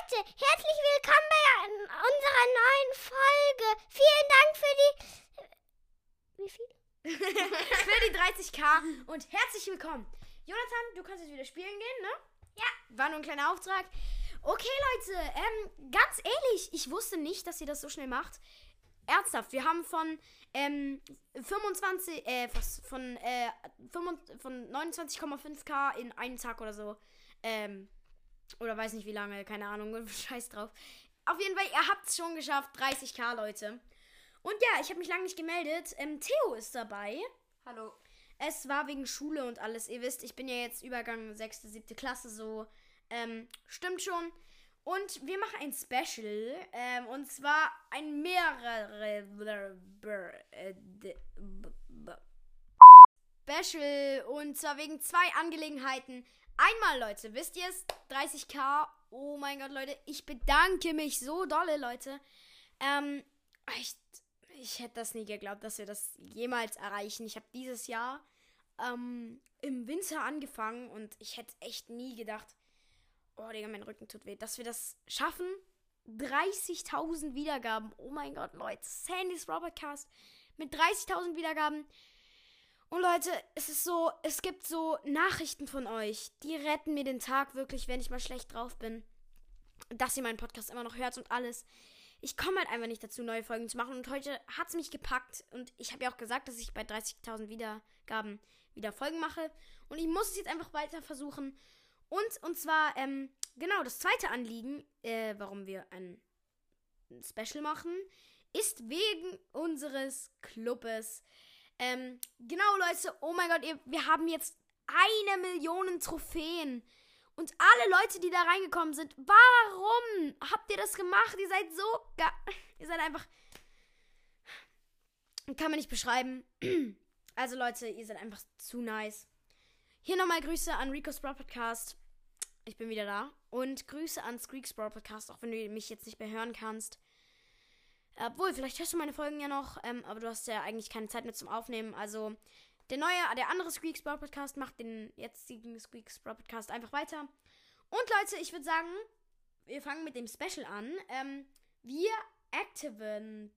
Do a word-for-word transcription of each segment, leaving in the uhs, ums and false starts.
Leute, herzlich willkommen bei unserer neuen Folge. Vielen Dank für die... Wie viel? für die dreißig K und herzlich willkommen. Jonathan, du kannst jetzt wieder spielen gehen, ne? Ja. War nur ein kleiner Auftrag. Okay, Leute, ähm, ganz ehrlich, ich wusste nicht, dass ihr das so schnell macht. Ernsthaft, wir haben von, ähm, fünfundzwanzig, äh, was, von, äh, fünfundzwanzig, von neunundzwanzig Komma fünf K in einem Tag oder so, ähm, oder weiß nicht wie lange, keine Ahnung, scheiß drauf. Auf jeden Fall, ihr habt es schon geschafft, dreißig K, Leute. Und ja, ich habe mich lange nicht gemeldet. Ähm, Theo ist dabei. Hallo. Es war wegen Schule und alles. Ihr wisst, ich bin ja jetzt Übergang sechste, siebte Klasse, so. Ähm, stimmt schon. Und wir machen ein Special. Ähm, und zwar ein mehrere Special. Und zwar wegen zwei Angelegenheiten. Einmal, Leute, wisst ihr es? dreißig K. Oh mein Gott, Leute. Ich bedanke mich so dolle, Leute. Ähm, ich, ich hätte das nie geglaubt, dass wir das jemals erreichen. Ich habe dieses Jahr ähm, im Winter angefangen und ich hätte echt nie gedacht, oh, Digga, mein Rücken tut weh, dass wir das schaffen. dreißigtausend Wiedergaben. Oh mein Gott, Leute. Sandys Broadcast mit dreißigtausend Wiedergaben. Und Leute, es ist so, es gibt so Nachrichten von euch, die retten mir den Tag wirklich, wenn ich mal schlecht drauf bin. Dass ihr meinen Podcast immer noch hört und alles. Ich komme halt einfach nicht dazu, neue Folgen zu machen. Und heute hat es mich gepackt. Und ich habe ja auch gesagt, dass ich bei dreißigtausend Wiedergaben wieder Folgen mache. Und ich muss es jetzt einfach weiter versuchen. Und, und zwar, ähm, genau, das zweite Anliegen, äh, warum wir ein Special machen, ist wegen unseres Clubes. Ähm, genau, Leute, oh mein Gott, ihr, wir haben jetzt eine Million Trophäen. Und alle Leute, die da reingekommen sind, warum habt ihr das gemacht? Ihr seid so geil. Ihr seid einfach... Kann man nicht beschreiben. Also, Leute, ihr seid einfach zu nice. Hier nochmal Grüße an Rico's Broad Podcast. Ich bin wieder da. Und Grüße an Squeaks Broad Podcast, auch wenn du mich jetzt nicht mehr hören kannst. Obwohl, vielleicht hörst du meine Folgen ja noch, ähm, aber du hast ja eigentlich keine Zeit mehr zum Aufnehmen. Also, der neue, der andere Squeaks Broad Podcast macht den jetzigen Squeaks Broad Podcast einfach weiter. Und Leute, ich würde sagen, wir fangen mit dem Special an. Ähm, wir aktivieren,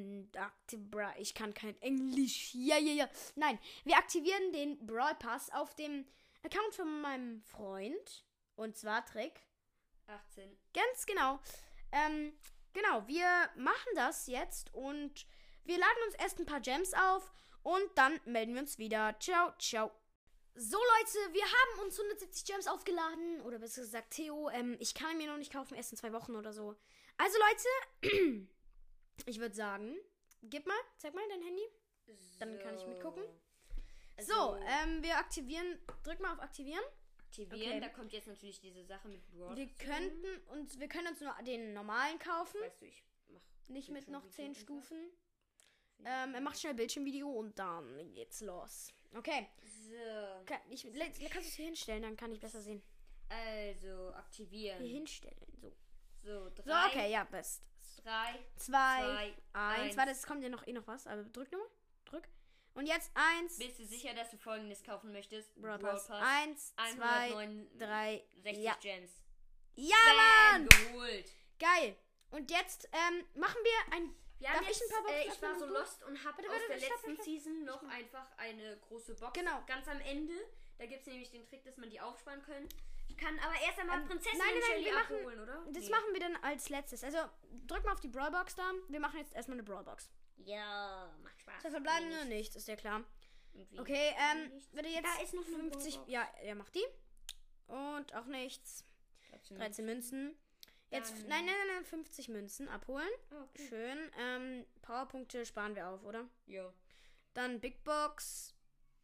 aktiv, ich kann kein Englisch, ja, ja, ja. Nein, wir aktivieren den Brawl Pass auf dem Account von meinem Freund. Und zwar Trick. achtzehn. Ganz genau. Ähm, genau, wir machen das jetzt und wir laden uns erst ein paar Gems auf und dann melden wir uns wieder. Ciao, ciao. So, Leute, wir haben uns hundertsiebzig Gems aufgeladen. Oder besser gesagt, Theo, ähm, ich kann ihn mir noch nicht kaufen, erst in zwei Wochen oder so. Also, Leute, ich würde sagen, gib mal, zeig mal dein Handy. Dann kann ich mitgucken. Also, so, ähm, wir aktivieren, drück mal auf Aktivieren. Aktivieren, okay. Da kommt jetzt natürlich diese Sache mit Brawl. Wir könnten uns, wir können uns nur den normalen kaufen. Weißt du, ich mach Nicht mit noch zehn Stufen. Stufen. Ähm, er macht schnell Bildschirmvideo und dann geht's los. Okay. So. Kann, ich, kannst du es hier hinstellen, dann kann ich besser sehen. Also, aktivieren. Hier hinstellen, so. So, drei. So, okay, ja, best. Drei. Zwei, zwei eins. eins. Warte, es kommt ja noch eh noch was, aber drück nochmal. Drück. Und jetzt eins. Bist du sicher, dass du Folgendes kaufen möchtest? Brawl Brawl Pass. Pass. Eins, zwei, drei, sechzig ja. Gems. Ja, Bam, Mann! geholt. Geil. Und jetzt ähm, machen wir ein... Wir Darf haben ich jetzt, ein paar Boxen äh, ich war öffnen so und du? lost und habe Warte, aus warte, der stopp, letzten stopp. Season noch einfach eine große Box. Genau. Ganz am Ende. Da gibt es nämlich den Trick, dass man die aufsparen können. Ich kann aber erst einmal Ähm, Prinzessin nein, nein, nein, Shelly wir machen- abholen, oder? Das Nee. machen wir dann als letztes. Also, drück mal auf die Brawlbox da. Wir machen jetzt erstmal eine Brawlbox. Ja, macht Spaß. Zwei verbleiben Nee, nur nicht. nicht, ist ja klar. Irgendwie. Okay, ähm, Nichts. würde jetzt Da ist noch eine fünfzig, Brawlbox. ja, er macht die. Und auch nichts. dreizehn Münzen. Jetzt, Dann- nein, nein, nein, nein, fünfzig Münzen abholen. Oh, okay. Schön. Ähm, Powerpunkte sparen wir auf, oder? Ja. Dann Big Box.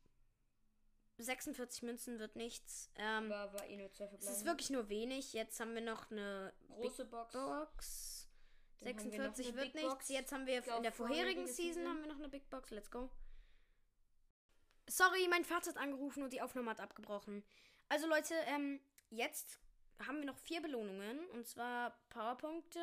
sechsundvierzig Münzen wird nichts. Ähm, Aber war eh nur zwei es verbleiben. ist wirklich nur wenig. Jetzt haben wir noch eine große Big Box. Box. Dann haben wir noch sechsundvierzig eine wird Big nichts. Box. Jetzt haben wir Ich glaub, in der vorherigen vorherige Season Season. haben wir noch eine Big Box. Let's go. Sorry, mein Vater hat angerufen und die Aufnahme hat abgebrochen. Also Leute, ähm, jetzt haben wir noch vier Belohnungen. Und zwar Powerpunkte.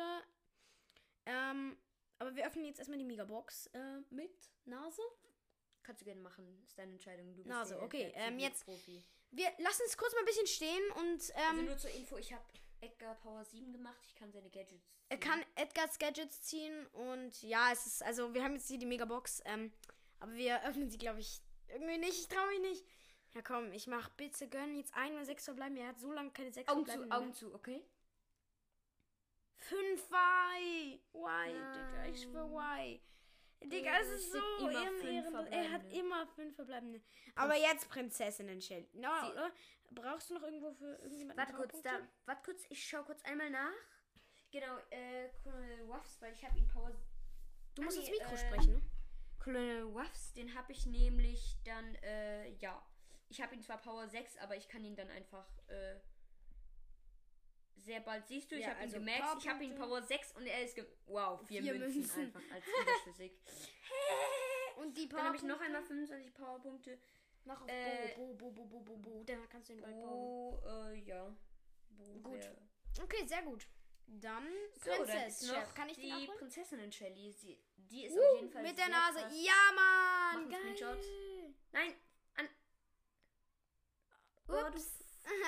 Ähm, aber wir öffnen jetzt erstmal die Megabox äh, mit Nase. Kannst du gerne machen. Ist deine Entscheidung. Du bist Nase, der- okay, der ähm, jetzt- Profi. Wir lassen es kurz mal ein bisschen stehen und Also ähm, nur zur Info, ich habe Edgar Power sieben gemacht. Ich kann seine Gadgets ziehen. Er kann Edgars Gadgets ziehen und ja, es ist, also wir haben jetzt hier die Megabox, ähm, aber wir öffnen sie, glaube ich, irgendwie nicht. Ich traue mich nicht. Ja komm, ich mach bitte gönnen. Jetzt ein oder sechs verbleiben. Er hat so lange keine sechs Augen verbleiben. zu, Augen zu, okay? Fünf Why. Why, Nein. Digga, ich schwör Why. Digga, Ja, es es ist sind so immer ehren- fünf ehren- Er hat verbleibende. immer fünf verbleibende. Aber jetzt Prinzessinnen Shelly. No, Sie- oder? Brauchst du noch irgendwo für irgendjemanden Warte kurz, Powerpunkte? da, warte kurz, ich schau kurz einmal nach. Genau, äh, Colonel Ruffs, weil ich habe ihn Power... Du musst Ah, ins nee, Mikro äh, sprechen, ne? Colonel Ruffs, den habe ich nämlich dann, äh, ja. Ich habe ihn zwar Power sechs, aber ich kann ihn dann einfach, äh, sehr bald, siehst du, ich Ja, habe ihn also gemaxt, ich habe ihn Powerpunkte. Power sechs und er ist, ge wow, vier, Vier Münzen, Münzen. einfach als Wiederphysik. Und die Dann habe ich noch Powerpunkte? einmal fünfundzwanzig Powerpunkte. Mach auf Äh, Bo, Bo, Bo, Bo, Bo, Bo. Dann kannst du den bald bauen. Oh, äh, ja. Bo Gut. wär- Okay, sehr gut. Dann So, dann Prinzess. ist noch Chef. Kann ich den die abholen? Prinzessin Shelly. Sie, die ist Uh, auf jeden Fall mit sehr der Nase. krass. Ja, Mann. Mach einen Geil. Screenshot. Nein, an. Oh, du Ups.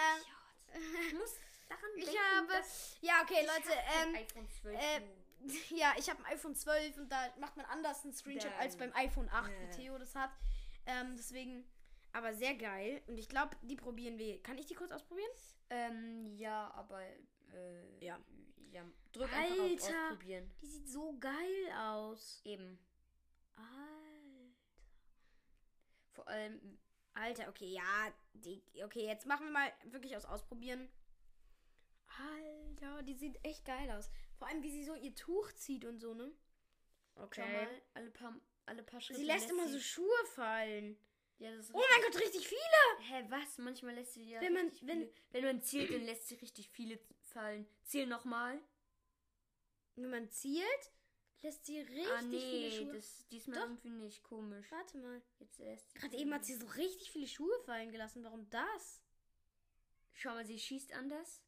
Ich muss daran Ich denken, habe... dass Ja, okay, ich Leute. hab ein Ähm, iPhone zwölf. äh, Pro. ja, ich habe ein iPhone zwölf und da macht man anders einen Screenshot Dann- als beim iPhone acht, Ja. wie Theo das hat. Ähm, deswegen... Aber sehr geil. Und ich glaube, die probieren wir. Kann ich die kurz ausprobieren? Ähm, ja, aber äh, Ja. ja. Drück einfach auf Alter. ausprobieren. Die sieht so geil aus. Eben. Alter. Vor allem, Alter, okay, ja. Die, okay, jetzt machen wir mal wirklich aus Ausprobieren. Alter, die sieht echt geil aus. Vor allem, wie sie so ihr Tuch zieht und so, ne? schau mal, alle paar, alle paar Schritte. Sie lässt immer sie, so Schuhe fallen. Ja, das ist Oh mein Gott, richtig viele! Hä, was? Manchmal lässt sie ja Wenn man- richtig wenn- viele, wenn man zielt, dann lässt sie richtig viele fallen. Ziel nochmal. Wenn man zielt, lässt sie richtig Ah, viele nee, Schuhe. das diesmal Doch. irgendwie nicht. Komisch. Warte mal. Jetzt lässt sie Gerade eben hat sie so richtig viele Schuhe fallen gelassen. Warum das? Schau mal, sie schießt anders.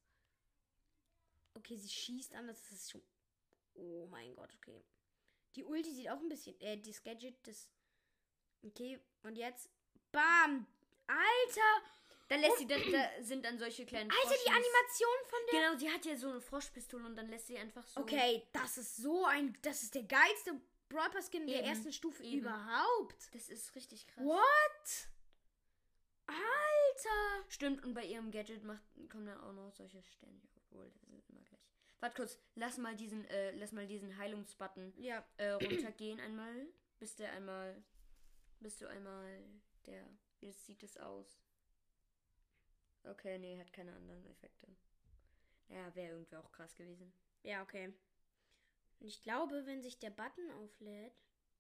Okay, sie schießt an, das ist schon... Oh mein Gott, okay. Die Ulti sieht auch ein bisschen... Äh, das Gadget, das... Okay, und jetzt... Bam! Alter! Da lässt sie dann, da sind dann solche kleinen Alter, die Froschis. Animation von der... Genau, sie hat ja so eine Froschpistole und dann lässt sie einfach so. Okay, das ist so ein... Das ist der geilste Brawl Pass Skin der Eben, ersten Stufe eben. überhaupt. Das ist richtig krass. What? Alter! Stimmt, und bei ihrem Gadget macht, kommen dann auch noch solche Sterne. Obwohl, das ist immer gleich. Warte kurz, lass mal diesen, äh, lass mal diesen Heilungsbutton Ja. äh, runtergehen einmal. Bis der einmal. Bis du einmal der. Wie sieht es aus? Okay, nee, hat keine anderen Effekte. Naja, wäre irgendwie auch krass gewesen. Ja, okay. Und ich glaube, wenn sich der Button auflädt...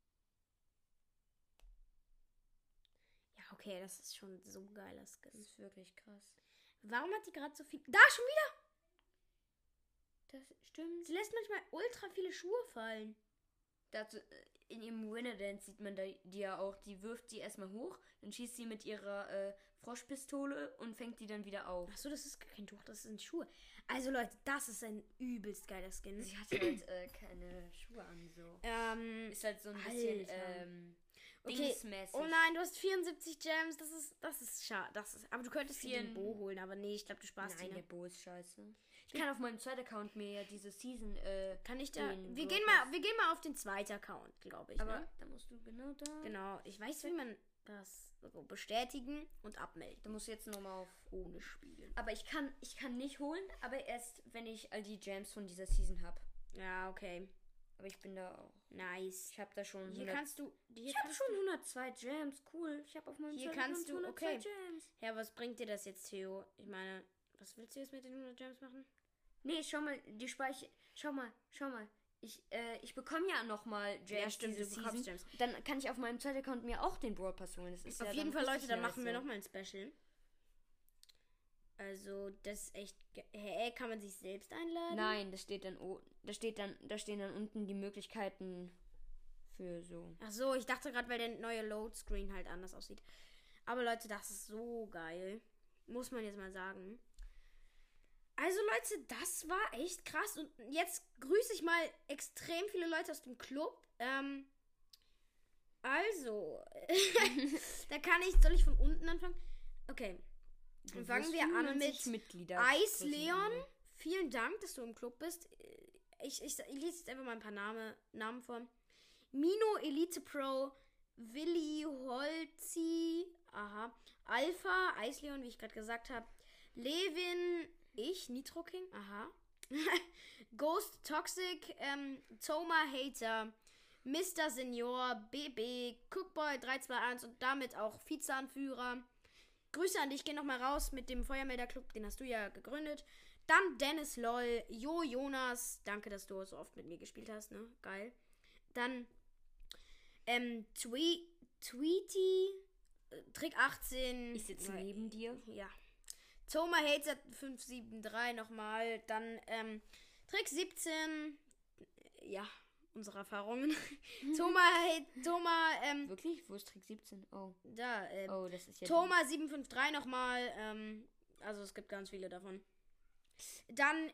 Ja, okay, das ist schon so ein geiler Das Skin. ist wirklich krass. Warum hat die gerade so viel... Da, schon wieder! Das stimmt. Sie lässt manchmal ultra viele Schuhe fallen. Dazu, äh, in ihrem Winner Dance sieht man da, die ja auch, die wirft sie erstmal hoch, dann schießt sie mit ihrer äh, Froschpistole und fängt die dann wieder auf. Achso, das ist kein Tuch, das sind Schuhe. Also Leute, das ist ein übelst geiler Skin. Sie hat halt äh, keine Schuhe an, so. Ähm, Ist halt so ein bisschen, Alter. ähm, Okay. dingsmäßig. oh nein, du hast vierundsiebzig Gems. Das ist, das ist schade. Das ist, aber du könntest dir den Vier- Bo holen, aber nee, ich glaube, du sparst Nein, ihn. der Ne? Bo ist scheiße. Ich kann auf meinem zweiten Account mir ja diese Season, äh, Kann ich da... den Wir Brawl gehen, Pass- mal, wir gehen mal auf den zweiten Account, glaube ich. aber ne? da musst du genau da. Genau, ich weiß, wie man das so bestätigen und abmelden. Da musst du jetzt nochmal auf Ohne Spielen. Aber ich kann, ich kann nicht holen, aber erst, wenn ich all die Gems von dieser Season habe. Ja, okay. Aber ich bin da auch. Nice. Ich habe da schon Hier hundert kannst du... Hier Ich habe kannst schon hundertzwei Gems. Cool. Ich habe auf meinem Hier zweiten kannst Account du- hundertzwei okay. Gems. Ja, was bringt dir das jetzt, Theo? Ich meine, was willst du jetzt mit den hundert Gems machen? Nee, schau mal, die Speicher. Schau mal, schau mal. Ich, äh, ich bekomme ja nochmal Gems. Ja, stimmt, diese du bekommst Season. Gems. Dann kann ich auf meinem zweiten Account mir auch den Brawl Pass holen. Das ist Auf ja jeden dann Fall, richtig Leute, dann nice machen wir so. nochmal ein Special. Also, das ist echt... ge- Hä, kann man sich selbst einladen? Nein, das steht dann, oh, da steht dann, da stehen dann unten die Möglichkeiten für so. Ach so, ich dachte gerade, weil der neue Loadscreen halt anders aussieht. Aber Leute, das ist so geil. Muss man jetzt mal sagen. Also Leute, das war echt krass. Und jetzt grüße ich mal extrem viele Leute aus dem Club. Ähm, also, da kann ich, soll ich von unten anfangen? Okay. Dann fangen wir an mit Mitglieder. Eis Leon, vielen Dank, dass du im Club bist. Ich, ich, ich lese jetzt einfach mal ein paar Name, Namen vor. Mino Elite Pro, Willi Holzi, aha, Alpha, Eisleon, wie ich gerade gesagt habe, Levin, ich, Nitro King, aha, Ghost Toxic, ähm, Toma Hater, Mister Senior, B B, Cookboy drei zwei eins und damit auch Vizeanführer. Grüße an dich, geh nochmal raus mit dem Feuermelder-Club, den hast du ja gegründet. Dann Dennis LOL, Jo Jonas, danke, dass du so oft mit mir gespielt hast, ne? Geil. Dann ähm, Tweet, Tweety, äh, Trick achtzehn. Ich sitze neben dir. Ja. Toma Hater fünf sieben drei nochmal. Dann ähm, Trick siebzehn. Ja, unsere Erfahrungen. Toma, hey, Toma, ähm. Wirklich? Wo ist Trick siebzehn? Oh. Da, ähm. Oh, das ist ja. Toma sieben fünf drei nochmal. Ähm, also es gibt ganz viele davon. Dann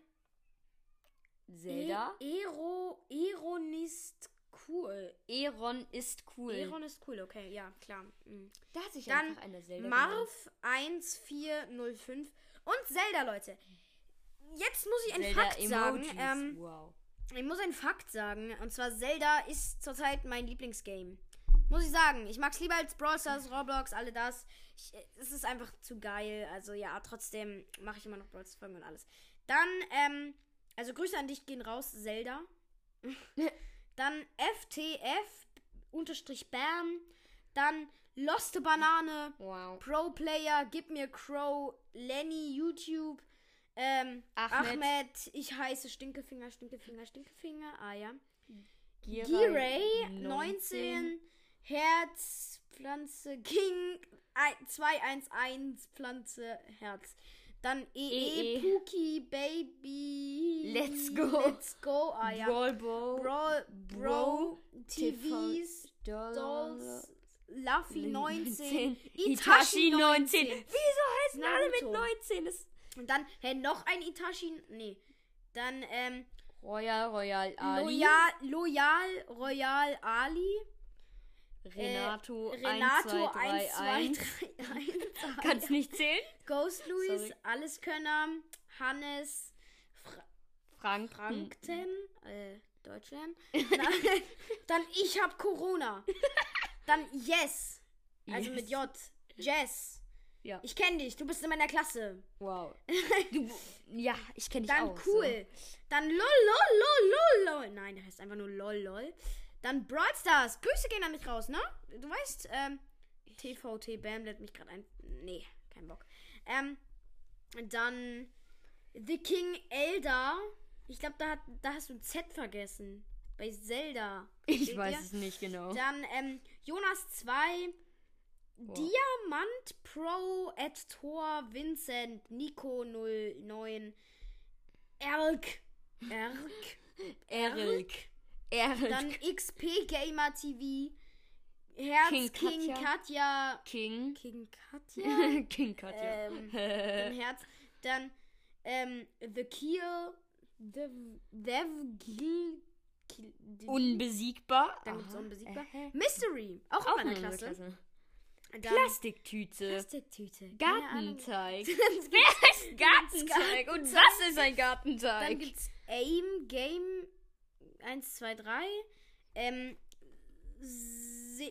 Zelda. E Ero, Eron ist cool. Eron ist cool. Eron ist cool, okay, ja, klar. Mhm. Da hat sich Dann einfach eine Zelda Marv eins vier null fünf und Zelda, Leute. Jetzt muss ich einen Zelda Fakt sagen. Emojis. Ähm, Wow. ich muss einen Fakt sagen. Und zwar Zelda ist zurzeit mein Lieblingsgame. Muss ich sagen. Ich mag es lieber als Brawl Stars, Roblox, alle das. Ich, es ist einfach zu geil. Also ja, trotzdem mache ich immer noch Brawl Stars Folgen und alles. Dann, ähm, also Grüße an dich gehen raus, Zelda. Dann F T F unterstrich Bam. Dann Loste Banane. Wow. Pro Player, Gib mir Crow, Lenny, YouTube. Ähm, Ahmed. Ahmed, ich heiße Stinkefinger, Stinkefinger, Stinkefinger. Ah ja. Giray Giray, neunzehn, Herz, Pflanze, King, zwei eins eins, Pflanze, Herz. Dann E E, E E. Puki, Baby. Let's go. Let's go. Ah ja. Brawl Ball. Brawl, Bro, T Vs, Dolls. Dolls, Luffy neunzehn, Itachi Itachi neunzehn. neunzehn. Wieso heißen alle mit Naruto. neunzehn? Das Und dann, hä, noch ein Itachi, nee. Dann, ähm, Royal, Royal Ali. Loyal, Loyal, Royal Ali. Renato, äh, Renato eins zwei drei eins. eins. Kannst nicht zählen? Ghost Luis, Sorry. Alleskönner, Hannes, Fra Frank. Frankten, äh, Deutschland. dann, dann ich hab Corona. Dann Yes, also Yes. mit J. Jess. Ja. Ich kenn dich, du bist in meiner Klasse. Wow. Du, ja, ich kenne dich Dann auch. cool. Dann lol, lol, lol, lol, lol. Nein, der heißt einfach nur lol, lol. Dann Brawl Stars. Grüße gehen an mich raus, ne? Du weißt, ähm, T V T Bam lädt mich gerade ein. Nee, kein Bock. Ähm, dann The King Elder. Ich glaube, da, hat- da hast du ein Z vergessen. Bei Zelda. So. Ich Seht weiß ihr? es nicht genau. Dann, ähm, Jonas zwei. Wow. Diamant Pro at Tor Vincent Nico null neun Erk Erk Erik. Erik. dann X P Gamer T V Herz King King, Katja. Katja King. King Katja King Katja. ähm, im Herz dann ähm, The Kill Dev Dev Gil Kill- Unbesiegbar. dann gibt's Aha. unbesiegbar Äh, Mystery auch, Auch in meiner in unserer Klasse, Klasse. Dann Plastiktüte. Plastiktüte keine Ahnung. Gartenteig. Dann Wer ist Gartenteig? Und Gartenteig. was ist ein Gartenteig? Dann gibt's Aim Game eins zwei drei. Ähm, Se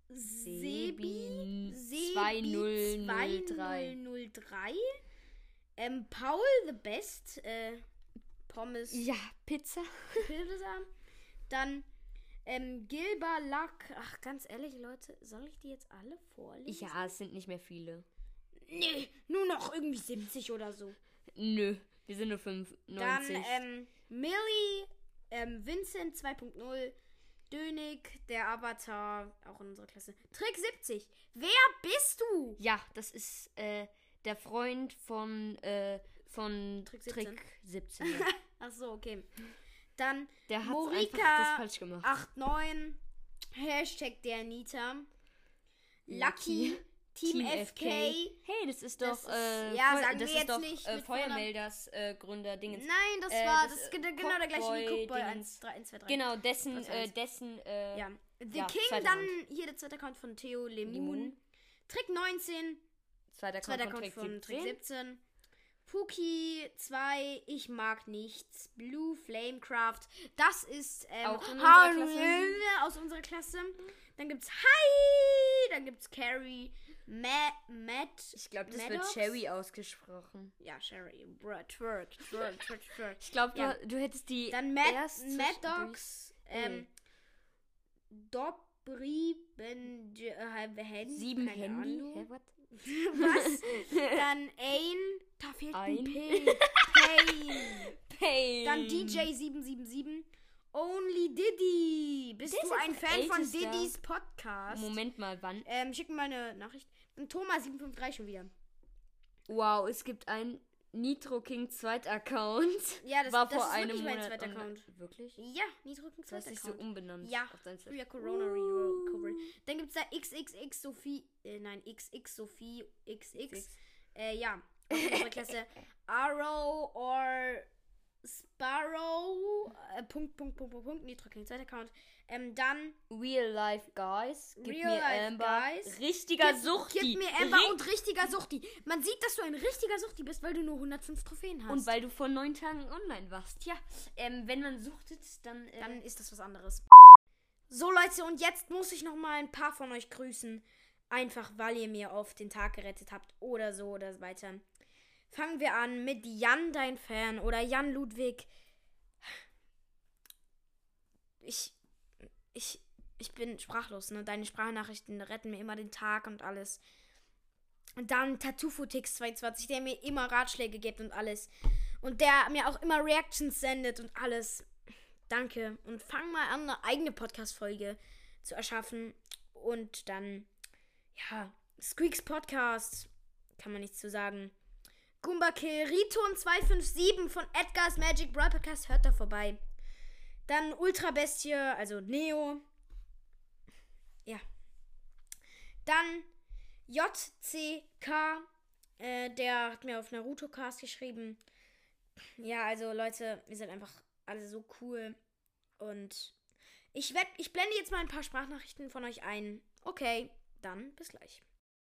Sebi. Sebi zwei null null drei. zwei null null drei. Ähm, Paul the Best. Äh, Pommes. Ja, Pizza. Pizza. Dann, ähm, Gilber Lack. Ach, ganz ehrlich, Leute, soll ich die jetzt alle vorlesen? Ja, es sind nicht mehr viele. Nee, nur noch irgendwie siebzig oder so. Nö, wir sind nur fünfundneunzig. Dann, ähm, Millie, ähm, Vincent zwei Punkt null, Dönig, der Avatar, auch in unserer Klasse. Trick siebzig. Wer bist du? Ja, das ist äh, der Freund von, äh, von Trick Trick siebzehn. siebzehn. Ach so, okay. Dann Der hat Morika einfach das falsch gemacht. acht neun, Hashtag der Anita, Lucky, Lucky. Team, F K. Hey, das ist doch, Das ist- äh, ja, Feu- sagen das wir ist jetzt doch nicht äh, mit Vornamen. Feuermelders äh, Gründer Dingens. Nein, das Äh, war, das, das, ist äh, ge- genau der gleiche wie Cockboy Cookboy Dingens. eins drei eins zwei drei. Genau, dessen, Das äh, heißt. dessen, äh, Ja. The ja, King, zweiter dann Account. hier der zweite Account von Theo Lemun. Lemun. Trick neunzehn, zweiter zweiter Account Account von von Trick Trick siebzehn. siebzehn. Puki zwei, ich mag nichts. Blue Flamecraft, das ist ähm, Auch in unserer Klasse. aus unserer Klasse. Dann gibt's Hi, dann gibt's Carrie, Ma Matt. Ich glaube, das Maddox? wird Cherry ausgesprochen. Ja, Sherry. Bruh, twerk, twerk, twerk, twerk. Ich glaube, du, Ja. du hättest die Dann Mad, erst Mad zwischendurch- Dogs, ähm, Dobri, Ben, äh, Hen, Sieben keine Handy? Ahnung. Hä, what? Was? Dann Ain, da fehlt ein Ein? P. Pain. Pain. Dann D J sieben sieben sieben. Only Diddy. Bist Der du ist jetzt ein ein Fan von ältester. Diddys Podcast? Moment mal, wann? Ähm, schick mir mal eine Nachricht. Und Thomas sieben fünf drei schon wieder. Wow, es gibt einen Nitro King Zweit-Account. Ja, das, War das vor ist einem wirklich mein Monat zweiter online. Account. Wirklich? Ja, Nitro King Du hast zweiter dich so Account. umbenannt. Ja, auf dein früher Corona Recovery. Dann gibt's da X X X Sophie, äh, nein, X X Sophie X X. Äh, ja, aus unserer Klasse. Arrow or Sparrow, äh, Punkt, Punkt, Punkt, Punkt, Punkt, Nitro King, zweiter Account. Ähm, dann Real Life Guys. Gib Real mir Life Amber. Guys. Richtiger Gib- Suchti. Gib mir Amber Ri- und richtiger Suchti. Man sieht, dass du ein richtiger Suchti bist, weil du nur hundertfünf Trophäen hast. Und weil du vor neun Tagen online warst. Ja, ähm, wenn man suchtet, dann... Äh, Dann ist das was anderes. So, Leute, und jetzt muss ich noch mal ein paar von euch grüßen. Einfach, weil ihr mir oft den Tag gerettet habt oder so oder so weiter. Fangen wir an mit Jan, dein Fan, oder Jan Ludwig. Ich, ich, ich bin sprachlos, ne? Deine Sprachnachrichten retten mir immer den Tag und alles. Und dann Tatufotix zweiundzwanzig, der mir immer Ratschläge gibt und alles. Und der mir auch immer Reactions sendet und alles. Danke. Und fang mal an, eine eigene Podcast-Folge zu erschaffen. Und dann, ja, Squeaks Podcast. Kann man nichts zu sagen. Goomba Kill, Riton zwei fünf sieben von Edgar's Magic Brawl Podcast. Hört da vorbei. Dann Ultra Bestie, also Neo. Ja. Dann J C K. Äh, der hat mir auf Naruto Cast geschrieben. Ja, also Leute, ihr seid einfach alle so cool. Und ich werd, ich blende jetzt mal ein paar Sprachnachrichten von euch ein. Okay, dann bis gleich.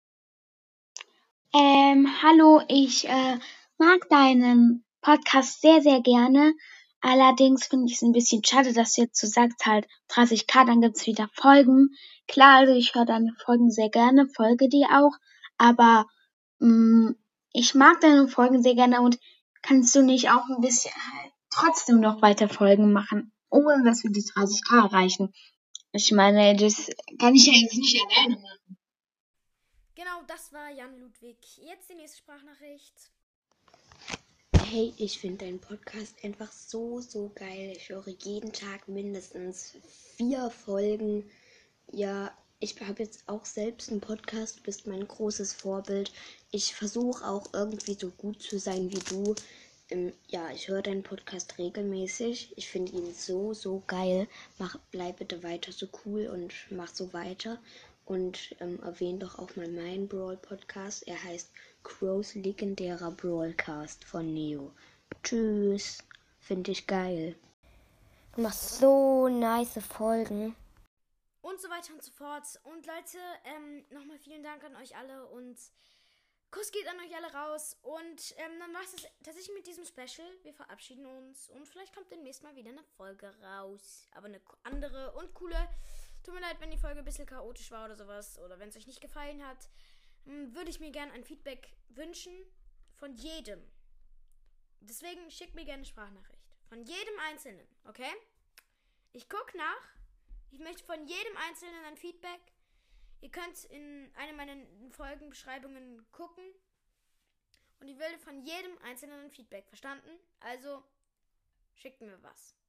Ähm, hallo, ich äh, mag deinen Podcast sehr, sehr gerne. Allerdings finde ich es ein bisschen schade, dass du jetzt so sagst, halt dreißig K, dann gibt's wieder Folgen. Klar, also ich höre deine Folgen sehr gerne, folge dir auch. Aber mh, ich mag deine Folgen sehr gerne und kannst du nicht auch ein bisschen halt trotzdem noch weiter Folgen machen, ohne dass wir die dreißig K erreichen? Ich meine, das kann ich ja jetzt nicht alleine machen. Genau, das war Jan Ludwig. Jetzt die nächste Sprachnachricht. Hey, ich finde deinen Podcast einfach so, so geil. Ich höre jeden Tag mindestens vier Folgen. Ja, ich habe jetzt auch selbst einen Podcast. Du bist mein großes Vorbild. Ich versuche auch irgendwie so gut zu sein wie du. Ähm, ja, ich höre deinen Podcast regelmäßig. Ich finde ihn so, so geil. Mach, bleib bitte weiter so cool und mach so weiter. Und ähm, erwähne doch auch mal meinen Brawl-Podcast. Er heißt Crows legendärer Brawlcast von Neo. Tschüss. Finde ich geil. Du machst so nice Folgen. Und so weiter und so fort. Und Leute, ähm, nochmal vielen Dank an euch alle und Kuss geht an euch alle raus. Und ähm, dann war es tatsächlich mit diesem Special. Wir verabschieden uns und vielleicht kommt demnächst mal wieder eine Folge raus. Aber eine andere und coole. Tut mir leid, wenn die Folge ein bisschen chaotisch war oder sowas. Oder wenn es euch nicht gefallen hat. Würde ich mir gerne ein Feedback wünschen. Von jedem. Deswegen schickt mir gerne eine Sprachnachricht. Von jedem Einzelnen, okay? Ich gucke nach. Ich möchte von jedem Einzelnen ein Feedback. Ihr könnt in eine meiner Folgenbeschreibungen gucken. Und ich will von jedem Einzelnen ein Feedback. Verstanden? Also, schickt mir was.